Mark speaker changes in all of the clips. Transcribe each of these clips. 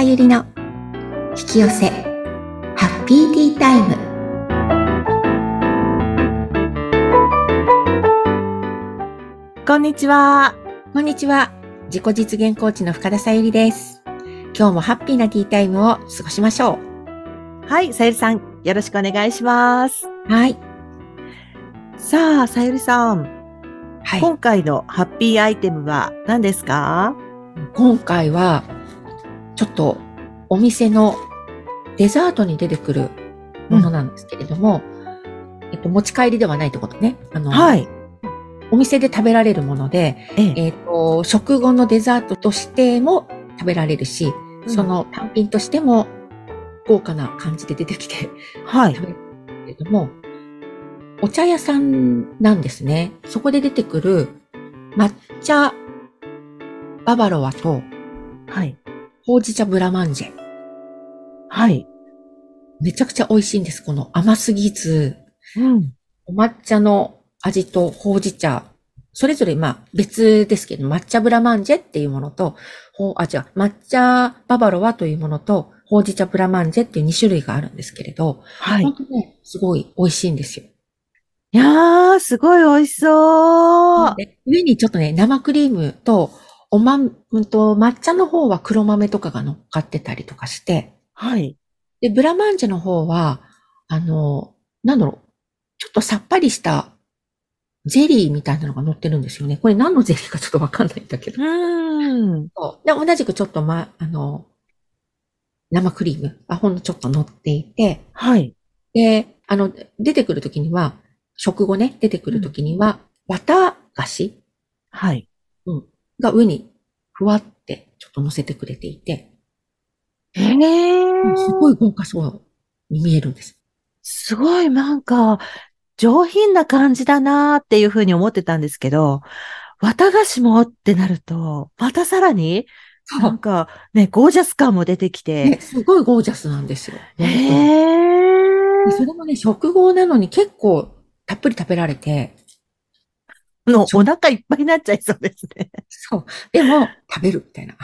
Speaker 1: ゆりの引き寄せハッピーティータイム。
Speaker 2: こんにちは。
Speaker 1: こんにちは。自己実現コーチの深田さゆりです。今日もハッピーなティータイムを過ごしましょ
Speaker 2: はい、さゆりさん、よろしくお願いします。
Speaker 1: う。はい。
Speaker 2: さあ、さゆりさん、
Speaker 1: はい。
Speaker 2: 今回のハッピーアイテムは何ですか？
Speaker 1: 今回はちょっとお店のデザートに出てくるものなんですけれども、持ち帰りではないってことね。
Speaker 2: はい。
Speaker 1: お店で食べられるもので、食後のデザートとしても食べられるし、その単品としても豪華な感じで出てきて、
Speaker 2: はい。
Speaker 1: 食べるけれども、お茶屋さんなんですね。そこで出てくる抹茶ババロアと
Speaker 2: はい。
Speaker 1: ほうじ茶ブラマンジェ。
Speaker 2: はい。
Speaker 1: めちゃくちゃ美味しいんです。この甘すぎず、
Speaker 2: うん。
Speaker 1: お抹茶の味とほうじ茶、それぞれ別ですけど、抹茶ブラマンジェっていうものと、抹茶ババロアというものと、ほうじ茶ブラマンジェっていう2種類があるんですけれど、
Speaker 2: はい。
Speaker 1: 本当ね、すごい美味しいんですよ。
Speaker 2: いやー、すごい美味しそう。
Speaker 1: で、上にちょっとね、生クリームと、抹茶の方は黒豆とかが乗っかってたりとかして、
Speaker 2: はい。
Speaker 1: で、ブラマンジェの方は、あの、なんだろう、ちょっとさっぱりしたゼリーみたいなのが乗ってるんですよね。これ何のゼリーかちょっとわかんないんだけど。
Speaker 2: うーん。
Speaker 1: そうで、同じくちょっと生クリームがほんのちょっと乗っていて、
Speaker 2: はい。
Speaker 1: で、出てくるときには、食後ね、出てくるときには、綿菓子、
Speaker 2: はい。
Speaker 1: うん、が上にふわってちょっと乗せてくれていて、
Speaker 2: へー。
Speaker 1: すごい豪華そうに見えるんです。
Speaker 2: すごいなんか、上品な感じだなーっていうふうに思ってたんですけど、綿菓子もってなると、またさらに
Speaker 1: そう。
Speaker 2: なんかね、ゴージャス感も出てきて、
Speaker 1: ね、すごいゴージャスなんですよ。
Speaker 2: へ
Speaker 1: 本当に。で、そ
Speaker 2: ー。
Speaker 1: れもね、食後なのに結構たっぷり食べられて、
Speaker 2: お腹いっぱいになっちゃいそうですね。
Speaker 1: そう。でも、食べるみたいな。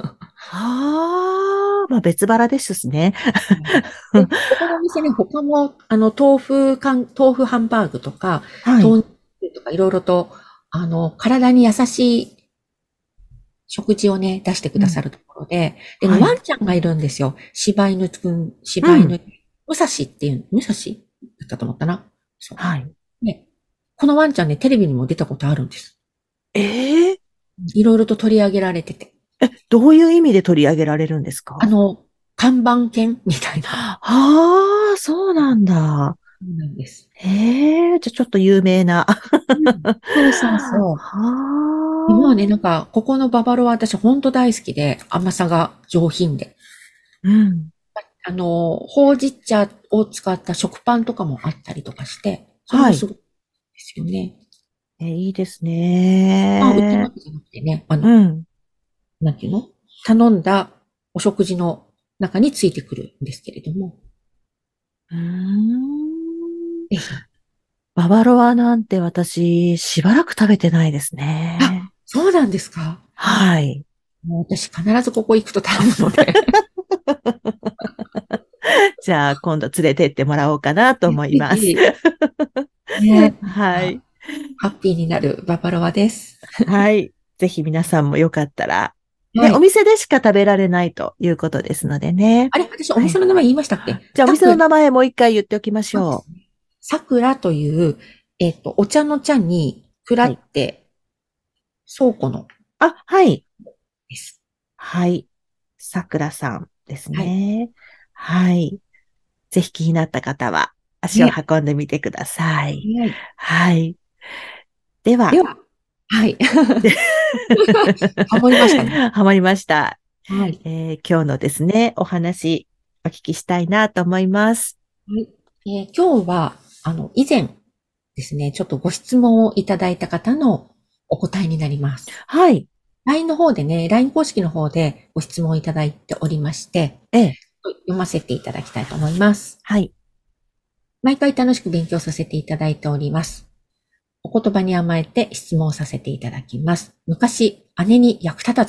Speaker 2: はあ、まあ別腹ですしね。
Speaker 1: で、ここのお店ね、他も、豆腐ハンバーグとか、
Speaker 2: はい。
Speaker 1: 豆乳とかいろいろと、体に優しい食事をね、出してく
Speaker 2: うん。
Speaker 1: ださるところで、でね、
Speaker 2: はい。
Speaker 1: ワンちゃんがいるんですよ。柴
Speaker 2: うん。
Speaker 1: 犬、武蔵だったと思ったな。そ
Speaker 2: はい。
Speaker 1: う。ね、このワンちゃんね、テレビにも出たことあるんです。
Speaker 2: ええ
Speaker 1: いろいろと取り上げられてて。
Speaker 2: どういう意味で取り上げられるんですか？
Speaker 1: 看板犬みたいな。
Speaker 2: ああ、そうなんだ。
Speaker 1: そうなんです。
Speaker 2: へえ、じゃあちょっと有名な。
Speaker 1: うん。そうそうそう。でもね、
Speaker 2: はあ。
Speaker 1: なんか、ここのババロア私ほんと大好きで、甘さが上品で。
Speaker 2: うん。
Speaker 1: ほうじ茶を使った食パンとかもあったりとかして、それ
Speaker 2: はい。
Speaker 1: もすごいですよね。
Speaker 2: いいです
Speaker 1: 売ってるわ
Speaker 2: ね。
Speaker 1: けじゃなくてね、
Speaker 2: うん。
Speaker 1: なんていうの頼んだお食事の中についてくるんですけれども、
Speaker 2: うーん。
Speaker 1: ぜひ。
Speaker 2: ババロアなんて私、しばらく食べてないですね。
Speaker 1: あ、そうなんですか？
Speaker 2: はい。
Speaker 1: もう私必ずここ行くと頼むので。
Speaker 2: じゃあ、今度連れてってもらおうかなと
Speaker 1: ぜ
Speaker 2: 思います。
Speaker 1: ひ、ね、
Speaker 2: はい。
Speaker 1: ハッピーになるババロアです。
Speaker 2: はい。ぜひ皆さんもよかったら、ね、お
Speaker 1: はい。
Speaker 2: 店でしか食べられないということですのでね。
Speaker 1: あれ、私お
Speaker 2: はい。
Speaker 1: 店の名前言いましたっけ？
Speaker 2: じゃあ、お店の名前もう一回言っておきましょう。
Speaker 1: そうですね。桜という、お茶の茶に、蔵
Speaker 2: はい。
Speaker 1: って、倉庫の
Speaker 2: あ、はい。
Speaker 1: です。
Speaker 2: はい。さくらさんです
Speaker 1: はい。
Speaker 2: ね。はい。ぜひ気になった方は足を
Speaker 1: ね。
Speaker 2: 運んでみてください。
Speaker 1: はい。
Speaker 2: はい。では、
Speaker 1: では、はい。ハモりましたね。
Speaker 2: ハマりました。
Speaker 1: はい。
Speaker 2: 今日のですね、お話お聞きしたいなと思います。
Speaker 1: はい。今日は、以前ですね、ちょっとご質問をいただいた方のお答えになります。
Speaker 2: はい。
Speaker 1: LINE の方でね、LINE 公式の方でご質問をいただいておりまして、
Speaker 2: ええ。
Speaker 1: 読ませていただきたいと思います。
Speaker 2: はい。
Speaker 1: 毎回楽しく勉強させていただいております。お言葉に甘えて質問させていただきます。昔、姉に役立たず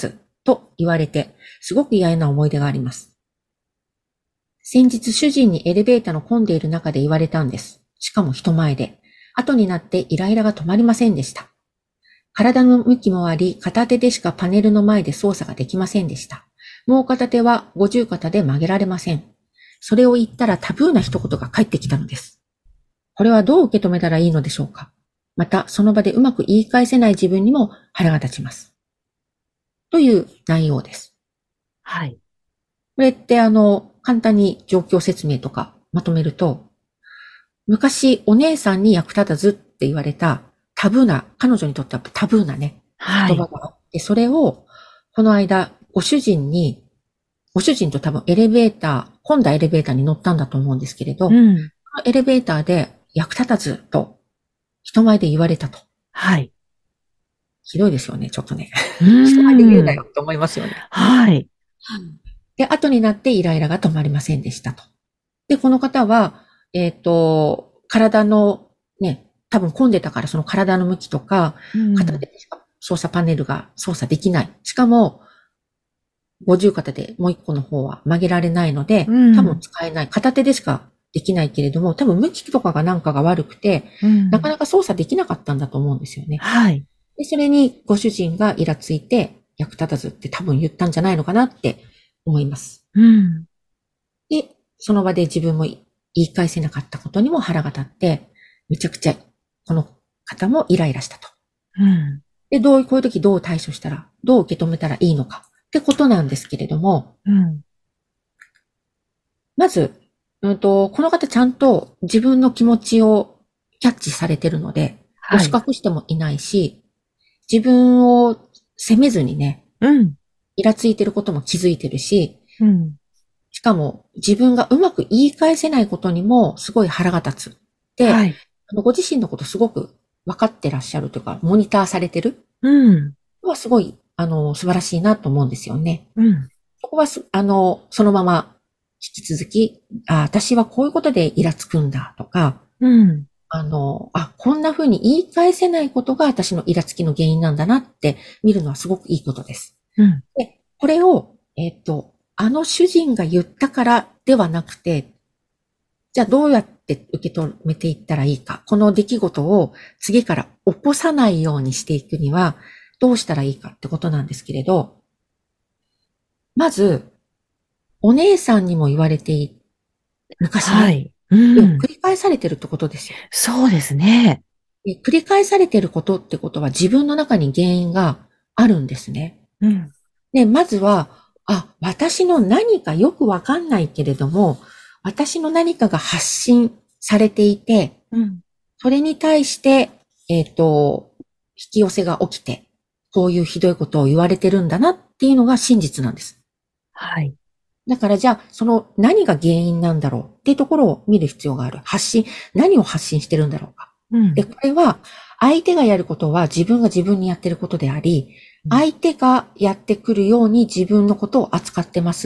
Speaker 1: と言われて、すごく嫌な思い出があります。先日主人にエレベーターの混んでいる中で言われたんです。しかも人前で。後になってイライラが止まりませんでした。体の向きもあり、片手でしかパネルの前で操作ができませんでした。もう片手は五十肩で曲げられません。それを言ったらタブーな一言が返ってきたのです。これはどう受け止めたらいいのでしょうか。また、その場でうまく言い返せない自分にも腹が立ちます。という内容です。
Speaker 2: はい。
Speaker 1: これって簡単に状況説明とかまとめると、昔お姉さんに役立たずって言われたタブーな、彼女にとってはタブーなね、
Speaker 2: はい。
Speaker 1: 言葉があって、それをこの間ご主人と多分混んだエレベーターに乗ったんだと思うんですけれど、
Speaker 2: うん。
Speaker 1: エレベーターで役立たずと人前で言われたと。
Speaker 2: はい。
Speaker 1: ひどいですよね、ちょっとね。
Speaker 2: う
Speaker 1: 人前で言うな
Speaker 2: ーん。
Speaker 1: よって思いますよね。
Speaker 2: はい。
Speaker 1: で、後になってイライラが止まりませんでしたと。で、この方は、体のね、多分混んでたからその体の向きとか、
Speaker 2: うん。
Speaker 1: 片手でしか操作パネルが操作できない。しかも、五十肩でもう一個の方は曲げられないので、
Speaker 2: う
Speaker 1: 多分
Speaker 2: ん。
Speaker 1: 使えない。片手でしかできないけれども、多分向きとかがなんかが悪くて、
Speaker 2: うん。
Speaker 1: なかなか操作できなかったんだと思うんですよね。
Speaker 2: はい。
Speaker 1: で、それにご主人がイラついて役立たずって多分言ったんじゃないのかなって思います。
Speaker 2: うん。
Speaker 1: で、その場で自分も言い返せなかったことにも腹が立って、めちゃくちゃこの方もイライラしたと。
Speaker 2: うん。
Speaker 1: で、こういう時どう対処したら、どう受け止めたらいいのかってことなんですけれども、
Speaker 2: うん。
Speaker 1: まず、この方ちゃんと自分の気持ちをキャッチされてるので、押し
Speaker 2: はい。
Speaker 1: 隠してもいないし、自分を責めずにね、
Speaker 2: うん。
Speaker 1: イラついてることも気づいてるし、
Speaker 2: うん。
Speaker 1: しかも自分がうまく言い返せないことにもすごい腹が立つ。で、
Speaker 2: はい。
Speaker 1: ご自身のことすごく分かってらっしゃるというか、モニターされてる
Speaker 2: うん。
Speaker 1: のはすごい、素晴らしいなと思うんですよね。
Speaker 2: うん。
Speaker 1: そこはそのまま引き続き、私はこういうことでイラつくんだとか、
Speaker 2: うん。
Speaker 1: こんな風に言い返せないことが私のイラつきの原因なんだなって見るのはすごくいいことです。
Speaker 2: うん。
Speaker 1: で、これを、主人が言ったからではなくて、じゃあどうやって受け止めていったらいいか。この出来事を次から起こさないようにしていくには、どうしたらいいかってことなんですけれど、まず、お姉さんにも言われて昔ね、
Speaker 2: はい。うん。
Speaker 1: 繰り返されてるってことですよ。
Speaker 2: そうですね。
Speaker 1: で繰り返されてることってことは自分の中に原因があるんですね。
Speaker 2: うん。
Speaker 1: で、まずは、私の何かよくわかんないけれども、私の何かが発信されていて、
Speaker 2: うん。
Speaker 1: それに対して、引き寄せが起きて、こういうひどいことを言われてるんだなっていうのが真実なんです。
Speaker 2: はい。
Speaker 1: だからじゃあ、その何が原因なんだろうっていうところを見る必要がある。何を発信してるんだろうか。で、
Speaker 2: うん。
Speaker 1: これは、相手がやることは自分が自分にやってることであり、
Speaker 2: うん。
Speaker 1: 相手がやってくるように自分のことを扱ってますって、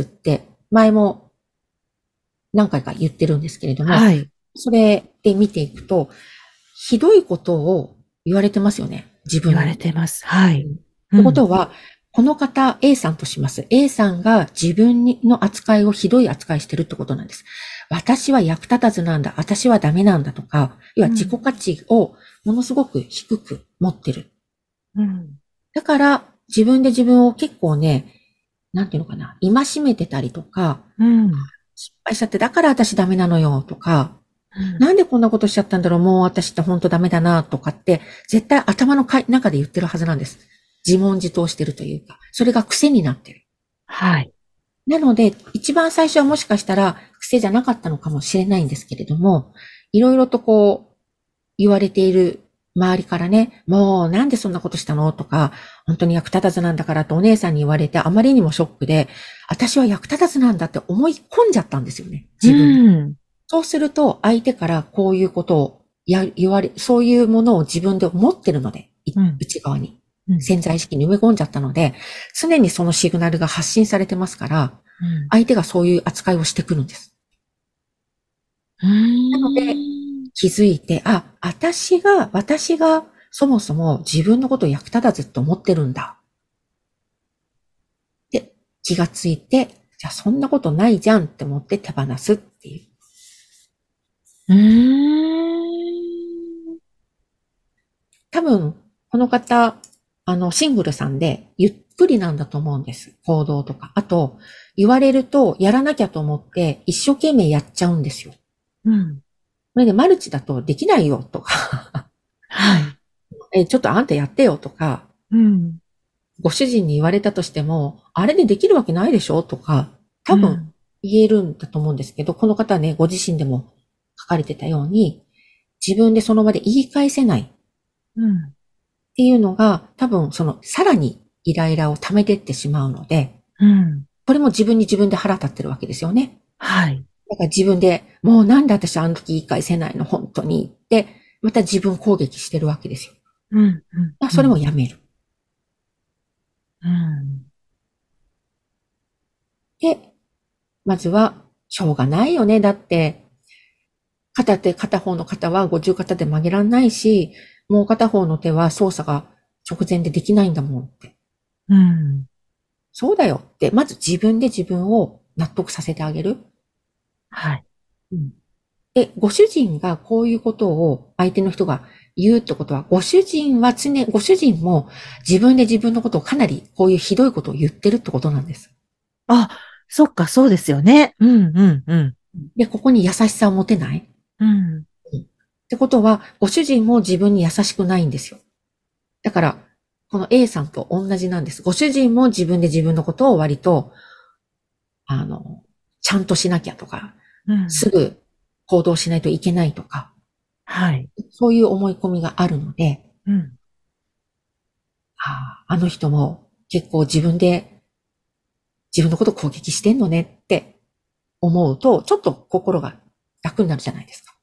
Speaker 1: 前も何回か言ってるんですけれども、
Speaker 2: はい。
Speaker 1: それで見ていくと、ひどいことを言われてますよね。自
Speaker 2: 言われ
Speaker 1: 分に。
Speaker 2: てます。はい。
Speaker 1: うんっ
Speaker 2: うん。
Speaker 1: てことは、この方 A さんとします。A さんが自分の扱いをひどい扱いしてるってことなんです。私は役立たずなんだ。私はダメなんだとか、要は自己価値をものすごく低く持ってる。
Speaker 2: うん。
Speaker 1: だから自分で自分を結構ね、なんていうのかな、戒めてたりとか、
Speaker 2: うん。
Speaker 1: 失敗しちゃってだから私ダメなのよとか、
Speaker 2: うん。
Speaker 1: なんでこんなことしちゃったんだろう、もう私って本当ダメだなとかって、絶対頭の中で言ってるはずなんです。自問自答してるというか、それが癖になってる。
Speaker 2: はい。
Speaker 1: なので、一番最初はもしかしたら癖じゃなかったのかもしれないんですけれども、いろいろとこう、言われている周りからね、もうなんでそんなことしたのとか、本当に役立たずなんだからとお姉さんに言われてあまりにもショックで、私は役立たずなんだって思い込んじゃったんですよね、
Speaker 2: う
Speaker 1: 自分で。
Speaker 2: ん。
Speaker 1: そうすると、相手からこういうことをそういうものを自分で持ってるので、
Speaker 2: うん。
Speaker 1: 内側に。
Speaker 2: うん。
Speaker 1: 潜在意識に埋め込んじゃったので、常にそのシグナルが発信されてますから、
Speaker 2: うん。
Speaker 1: 相手がそういう扱いをしてくるんです。
Speaker 2: うー
Speaker 1: なので、
Speaker 2: ん。
Speaker 1: 気づいて、私がそもそも自分のことを役立たずって思ってるんだ。 気がついて、じゃあそんなことないじゃんって思って手放すっていう。
Speaker 2: うーん。
Speaker 1: 多分、この方、シングルさんで、ゆっくりなんだと思うんです。行動とか。あと、言われると、やらなきゃと思って、一生懸命やっちゃうんですよ。
Speaker 2: うん。
Speaker 1: これで、マルチだとできないよとか、
Speaker 2: はい。
Speaker 1: ちょっとあんたやってよとか、
Speaker 2: うん。
Speaker 1: ご主人に言われたとしても、あれでできるわけないでしょとか、多分
Speaker 2: うん。
Speaker 1: 言えるんだと思うんですけど、この方はね、ご自身でも書かれてたように、自分でその場で言い返せないっ
Speaker 2: うん。
Speaker 1: ていうのが、多分さらにイライラを溜めてってしまうので、
Speaker 2: うん。
Speaker 1: これも自分に自分で腹立ってるわけですよね。
Speaker 2: はい。
Speaker 1: だから自分で、もうなんで私あの時言い返せないの、本当にって、また自分攻撃してるわけですよ。
Speaker 2: うん。うん。
Speaker 1: それもやめる。
Speaker 2: うん。
Speaker 1: で、まずは、しょうがないよね。だって、片方の肩は五十肩で曲げらんないし、もう片方の手は操作が直前でできないんだもんって。
Speaker 2: うん。
Speaker 1: そうだよって、まず自分で自分を納得させてあげる。
Speaker 2: はい。
Speaker 1: うん。で、ご主人がこういうことを相手の人が言うってことは、ご主人も自分で自分のことをかなりこういうひどいことを言ってるってことなんです。
Speaker 2: あ、そっか、そうですよね。うん。うん。うん。
Speaker 1: で、ここに優しさを持てない。
Speaker 2: うん。
Speaker 1: うん。ってことは、ご主人も自分に優しくないんですよ。だから、この A さんと同じなんです。ご主人も自分で自分のことを割と、あの、ちゃんとしなきゃとか、
Speaker 2: うん。
Speaker 1: すぐ行動しないといけないとか、
Speaker 2: はい。
Speaker 1: そういう思い込みがあるので、
Speaker 2: うん。
Speaker 1: あの人も結構自分のことを攻撃してんのねって思うと、ちょっと心が楽になるじゃないですか。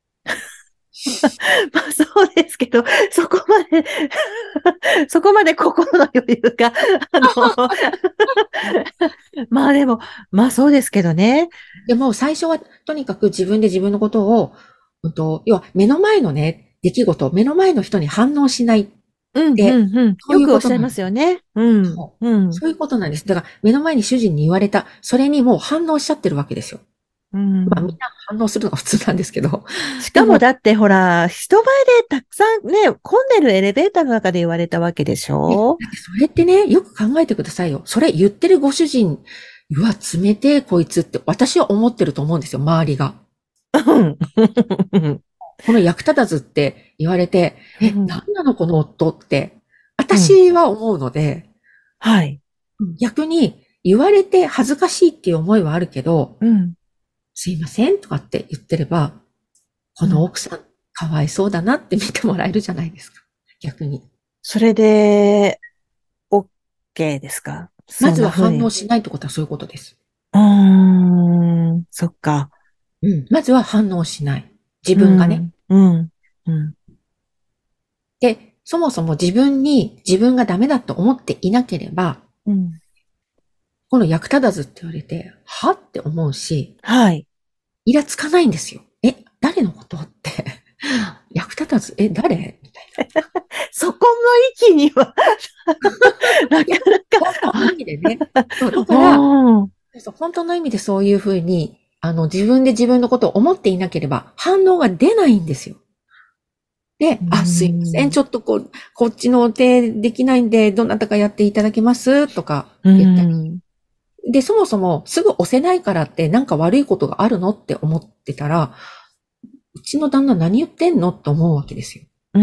Speaker 2: まあ、そうですけど、そこまでそこまで心の余裕が、あの、まあでも、まあそうですけどね。
Speaker 1: でも最初はとにかく自分で自分のことを、要は目の前のね、出来事、目の前の人に反応しないっ
Speaker 2: うん、
Speaker 1: て、
Speaker 2: うん、うん。
Speaker 1: そういう
Speaker 2: よくおっしゃいま
Speaker 1: ことなんです。
Speaker 2: すよね。うん、
Speaker 1: そう。
Speaker 2: うん、
Speaker 1: そういうことなんです。だから目の前に主人に言われた、それにもう反応しちゃってるわけですよ。
Speaker 2: う
Speaker 1: まあみん
Speaker 2: ん。
Speaker 1: な反応するのが普通なんですけど。
Speaker 2: し
Speaker 1: でも、
Speaker 2: かもだってほら、人前でたくさんね、混んでるエレベーターの中で言われたわけでしょ？
Speaker 1: だってそれってね、よく考えてくださいよ。それ言ってるご主人、うわ、冷てえこいつって私は思ってると思うんですよ、周りが。
Speaker 2: うん。
Speaker 1: この役立たずって言われて、
Speaker 2: うん
Speaker 1: 何なのこの夫って、
Speaker 2: うん。
Speaker 1: 私は思うので、
Speaker 2: はい。
Speaker 1: 逆に言われて恥ずかしいっていう思いはあるけど、
Speaker 2: うん。
Speaker 1: すいませんとかって言ってれば、こ
Speaker 2: うん。
Speaker 1: の奥さんかわいそうだなって見てもらえるじゃないですか。逆に。
Speaker 2: それで、OK ですか？
Speaker 1: ま
Speaker 2: そん
Speaker 1: ずは反応
Speaker 2: な風に。
Speaker 1: しないってことはそういうことです。
Speaker 2: うーん、そっか。
Speaker 1: うん。まずは反応しない。自
Speaker 2: う
Speaker 1: 分がね。
Speaker 2: ん、うん、うん、
Speaker 1: で、そもそも自分がダメだと思っていなければ、
Speaker 2: うん。
Speaker 1: この役立たずって言われて、はって思うし、
Speaker 2: はい。
Speaker 1: イラつかないんですよ。誰のことって。役立たず、誰みたいな。
Speaker 2: そこの域にはなか
Speaker 1: いや、本当の
Speaker 2: なか、
Speaker 1: 意味でね。そう、だから、
Speaker 2: うん、
Speaker 1: 本当の意味でそういうふうに、自分で自分のことを思っていなければ反応が出ないんですよ。で、
Speaker 2: う
Speaker 1: すいません。
Speaker 2: ん、
Speaker 1: ちょっとこっちのお手できないんで、どなたかやっていただけますとか
Speaker 2: う
Speaker 1: 言ったり。
Speaker 2: ん、
Speaker 1: で、そもそもすぐ押せないからってなんか悪いことがあるのって思ってたら、うちの旦那何言ってんのって思うわけですよ。
Speaker 2: うん、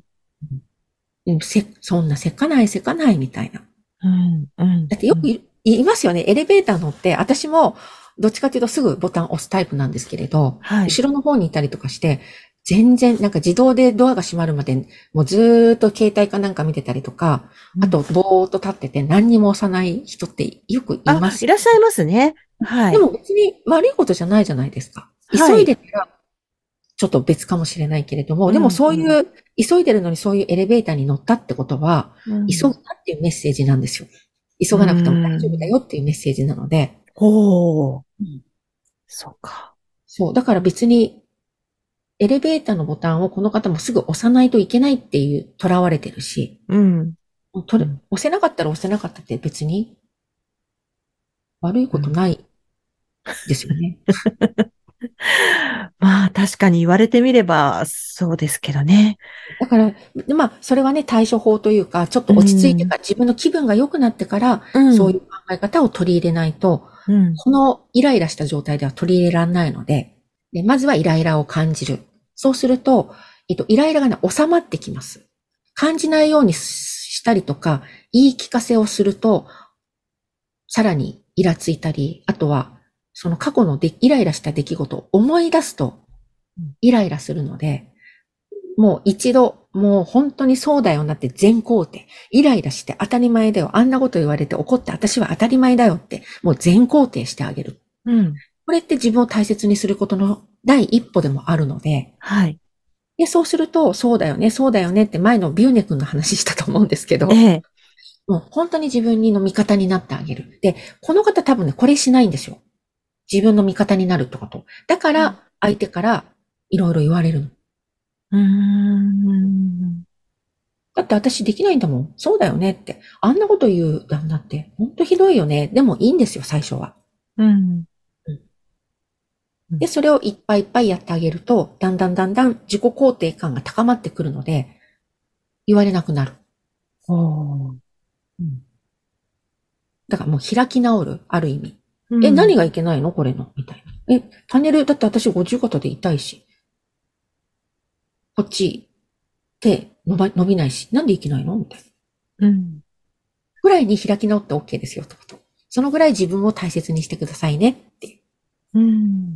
Speaker 1: うん、そんなせかないみたいな。
Speaker 2: うん、うん、
Speaker 1: だってよく言いますよね。エレベーター乗って、私もどっちかというとすぐボタン押すタイプなんですけれど、
Speaker 2: はい。
Speaker 1: 後ろの方にいたりとかして、全然なんか自動でドアが閉まるまで、もうずーっと携帯かなんか見てたりとか、
Speaker 2: うん。
Speaker 1: あとぼーっと立ってて何にも押さない人ってよくい
Speaker 2: あ、
Speaker 1: ます。
Speaker 2: いらっしゃいますね。はい。
Speaker 1: でも別に悪いことじゃないじゃないですか。急い
Speaker 2: はい。
Speaker 1: でたらちょっと別かもしれないけれども、でも
Speaker 2: うん、うん、
Speaker 1: そういう、急いでるのにそういうエレベーターに乗ったってことは、
Speaker 2: うん、
Speaker 1: 急ぐなっていうメッセージなんですよ。急
Speaker 2: う
Speaker 1: がなくても大丈夫だ
Speaker 2: ん。
Speaker 1: よっていうメッセージなので、
Speaker 2: ほう、
Speaker 1: うん。
Speaker 2: そうか。
Speaker 1: そう。だから別に、エレベーターのボタンをこの方もすぐ押さないといけないっていう囚われてるし、
Speaker 2: うん、うん、
Speaker 1: 押せなかったら押せなかったって別に、 悪い
Speaker 2: うん。
Speaker 1: ことないですよね。
Speaker 2: まあ、確かに言われてみれば、そうですけどね。
Speaker 1: だから、まあ、それはね、対処法というか、ちょっ
Speaker 2: う
Speaker 1: と落ち着いて
Speaker 2: ん、
Speaker 1: から、自分の気分が良くなってから、
Speaker 2: うん、
Speaker 1: そういう考え方を取り入れないと、
Speaker 2: うん、
Speaker 1: このイライラした状態では取り入れられないので、で、まずはイライラを感じる。そうすると、イライラがね、収まってきます。感じないようにしたりとか、言い聞かせをすると、さらにイラついたり、あとは、その過去のイライラした出来事を思い出すと、イライラするので、もう一度、もう本当にそうだよなって全肯定。イライラして当たり前だよ。あんなこと言われて怒って私は当たり前だよって、もう全肯定してあげる。
Speaker 2: うん。
Speaker 1: これって自分を大切にすることの第一歩でもあるので、
Speaker 2: はい。
Speaker 1: で、そうすると、そうだよね、そうだよねって前のビューネ君の話したと思うんですけど、
Speaker 2: ええ。
Speaker 1: もう本当に自分の味方になってあげる。で、この方多分ね、これしないんですよ。自分の味方になるってこと。だか
Speaker 2: うん。
Speaker 1: ら、相手からいろいろ言われるの。
Speaker 2: うーん。
Speaker 1: だって私できないんだもん。そうだよねって。あんなこと言う旦那って、ほんとひどいよね。でもいいんですよ、最初は。
Speaker 2: うん。
Speaker 1: うん。
Speaker 2: うん。
Speaker 1: で、それをいっぱいいっぱいやってあげると、だんだんだんだん自己肯定感が高まってくるので、言われなくなる。
Speaker 2: おー。
Speaker 1: うん。だからもう開き直る、ある意味。え、
Speaker 2: うん。
Speaker 1: 何がいけないのこれのみたいな。え、パネル、だって私50肩で痛いし、こっち手伸びないし、なんでいけないのみたいな。
Speaker 2: うん。
Speaker 1: ぐらいに開き直って OK ですよ、ってこと。そのぐらい自分を大切にしてくださいねって。
Speaker 2: うん。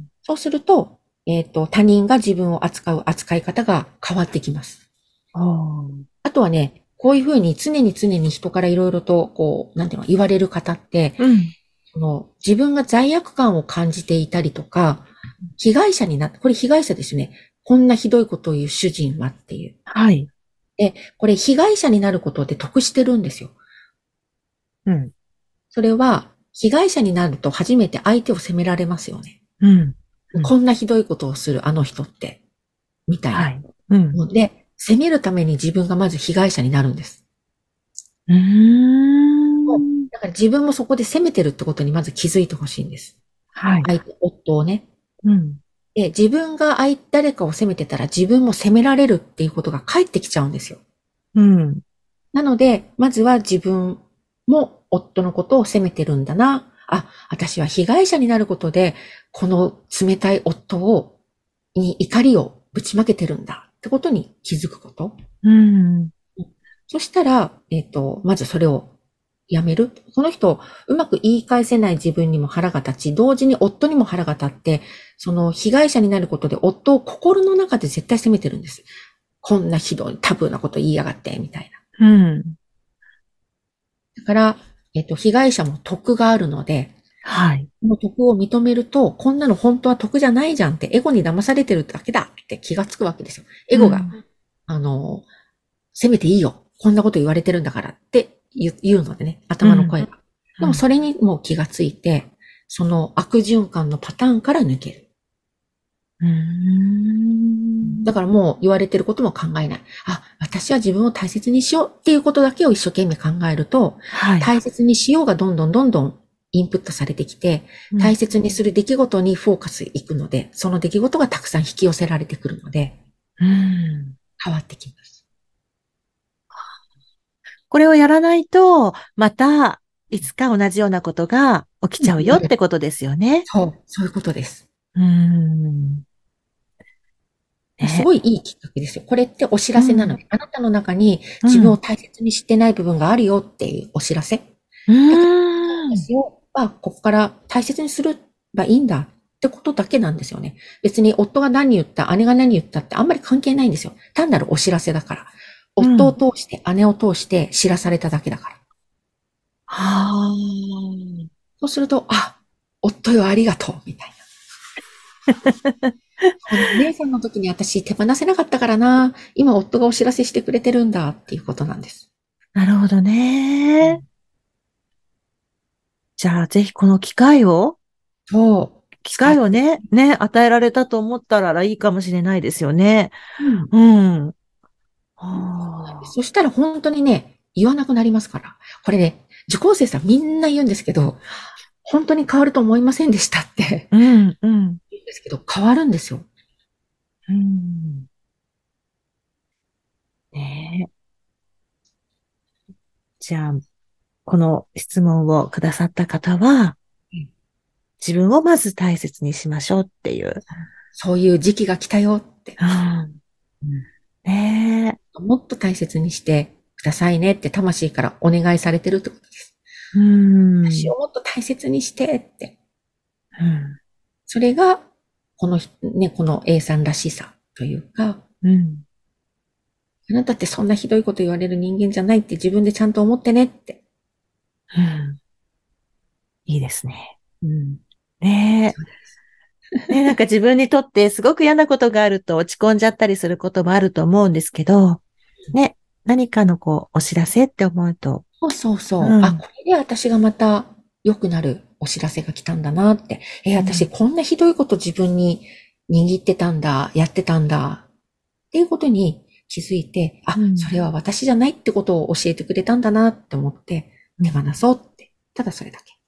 Speaker 1: そうすると、他人が自分を扱う扱い方が変わってきます。
Speaker 2: おー。
Speaker 1: あとはね、こういうふうに常に人からいろいろと、こう、なんていうの、言われる方って、
Speaker 2: うん。
Speaker 1: 自分が罪悪感を感じていたりとか、被害者になって、これ被害者ですね。こんなひどいことを言う主人はっていう。
Speaker 2: はい。
Speaker 1: で、これ被害者になることで得してるんですよ。
Speaker 2: うん。
Speaker 1: それは、被害者になると初めて相手を責められますよね。
Speaker 2: うん。うん。
Speaker 1: こんなひどいことをするあの人って、みたいな。
Speaker 2: はい。うん。
Speaker 1: で、責めるために自分がまず被害者になるんです。
Speaker 2: うーん。
Speaker 1: だから自分もそこで責めてるってことにまず気づいてほしいんです。
Speaker 2: はい。
Speaker 1: 相手、夫をね。
Speaker 2: うん。
Speaker 1: で、自分が誰かを責めてたら自分も責められるっていうことが返ってきちゃうんですよ。
Speaker 2: うん。
Speaker 1: なので、まずは自分も夫のことを責めてるんだな。あ、私は被害者になることで、この冷たいに怒りをぶちまけてるんだってことに気づくこと。
Speaker 2: うん。
Speaker 1: そしたら、まずそれをやめる。その人、うまく言い返せない自分にも腹が立ち、同時に夫にも腹が立って、その被害者になることで夫を心の中で絶対責めてるんです。こんなひどい、タブーなこと言いやがって、みたいな。
Speaker 2: うん。
Speaker 1: だから、被害者も得があるので、
Speaker 2: はい。
Speaker 1: この得を認めると、こんなの本当は得じゃないじゃんって、エゴに騙されてるだけだって気がつくわけですよ。エゴが、
Speaker 2: うん。
Speaker 1: あの、責めていいよ。こんなこと言われてるんだからって言うのでね、
Speaker 2: うん。
Speaker 1: 頭の声が。で
Speaker 2: うん。
Speaker 1: もそれにもう気がついて、その悪循環のパターンから抜ける。
Speaker 2: うーん。
Speaker 1: だからもう言われてることも考えない。あ、私は自分を大切にしようっていうことだけを一生懸命考えると、
Speaker 2: はい。
Speaker 1: 大切にしようがどんどんどんどんインプットされてきて、
Speaker 2: うん。
Speaker 1: 大切にする出来事にフォーカスいくので、その出来事がたくさん引き寄せられてくるので、
Speaker 2: うん。
Speaker 1: 変わってきます。
Speaker 2: これをやらないと、また、いつか同じようなことが起きちゃうよってことですよね。
Speaker 1: そう、そういうことです。
Speaker 2: うーん。ね。
Speaker 1: すごいいいきっかけですよ。これってお知
Speaker 2: うん。
Speaker 1: らせなので、あなたの中に
Speaker 2: うん。
Speaker 1: 自分を大切にしてない部分があるよっていうお知らせ。
Speaker 2: うー
Speaker 1: だけど、
Speaker 2: ん。
Speaker 1: 私は、ここから大切にすればいいんだってことだけなんですよね。別に夫が何言った、姉が何言ったってあんまり関係ないんですよ。単なるお知らせだから。
Speaker 2: うん。
Speaker 1: 夫を通して、姉を通して知らされただけだから。
Speaker 2: はあ。
Speaker 1: そうすると、あ、夫よありがとう、みたいな。このお姉さんの時に私手放せなかったからな。今夫がお知らせしてくれてるんだっていうことなんです。
Speaker 2: なるほどね。
Speaker 1: うん。
Speaker 2: じゃあ、ぜひこの
Speaker 1: そう。
Speaker 2: 機
Speaker 1: 使って。
Speaker 2: 会をね、与えられたと思ったらいいかもしれないですよね。
Speaker 1: うん。
Speaker 2: うん。
Speaker 1: そうなんです。
Speaker 2: ああ。
Speaker 1: そしたら本当にね、言わなくなりますから。これね、受講生さんみんな言うんですけど、 本当に変わると思いませんでしたって
Speaker 2: うん、うん、
Speaker 1: 言うんですけど、変わるんですよ。
Speaker 2: うん。ねえ。じゃあ、この質問をくださった方は、自分をまず大切にしましょうっていう。
Speaker 1: そういう時期が来たよって。
Speaker 2: うん、ねえ。
Speaker 1: もっと大切にしてくださいねって魂からお願いされてるってことです。
Speaker 2: うん、
Speaker 1: 私をもっと大切にしてって。
Speaker 2: うん、
Speaker 1: それが、この A さんらしさというか、
Speaker 2: うん、
Speaker 1: あなたってそんなひどいこと言われる人間じゃないって自分でちゃんと思ってねって。
Speaker 2: うん。いいですね。
Speaker 1: うん。
Speaker 2: ね
Speaker 1: そうです。
Speaker 2: え。ねえ、なんか自分にとってすごく嫌なことがあると落ち込んじゃったりすることもあると思うんですけど、ね、何かのお知らせって思うと、
Speaker 1: そうそうそう。あ、
Speaker 2: うん、
Speaker 1: これで私がまた良くなるお知らせが来たんだなって。私
Speaker 2: うん、
Speaker 1: こんなひどいこと自分に握ってたんだ、やってたんだっていうことに気づいて、あ、
Speaker 2: うん、
Speaker 1: それは私じゃないってことを教えてくれたんだなって思って手放
Speaker 2: うん。
Speaker 1: そうって。ただそれだけ。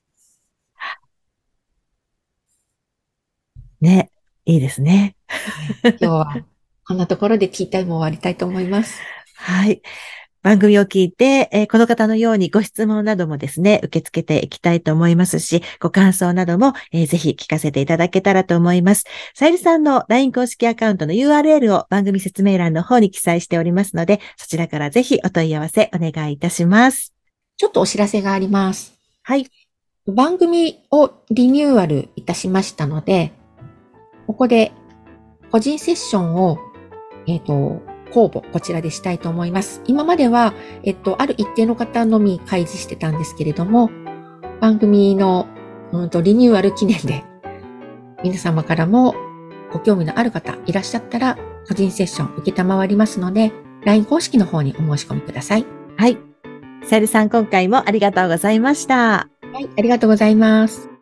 Speaker 2: ね、いいですね。
Speaker 1: はい。今日はこんなところでティータイムを終わりたいと思います。
Speaker 2: はい。番組を聞いて、この方のようにご質問などもですね、受け付けていきたいと思いますし、ご感想なども、ぜひ聞かせていただけたらと思います。さゆりさんの LINE 公式アカウントの URL を番組説明欄の方に記載しておりますので、そちらからぜひお問い合わせお願いいたします。
Speaker 1: ちょっとお知らせがあります。
Speaker 2: はい。
Speaker 1: 番組をリニューアルいたしましたので、ここで個人セッションを、公募、こちらでしたいと思います。今までは、ある一定の方のみ開示してたんですけれども、番組の、リニューアル記念で、皆様からもご興味のある方いらっしゃったら、個人セッション受けたまわりますので、LINE 公式の方にお申し込みください。
Speaker 2: はい。さゆりさん、今回もありがとうございました。
Speaker 1: はい、ありがとうございます。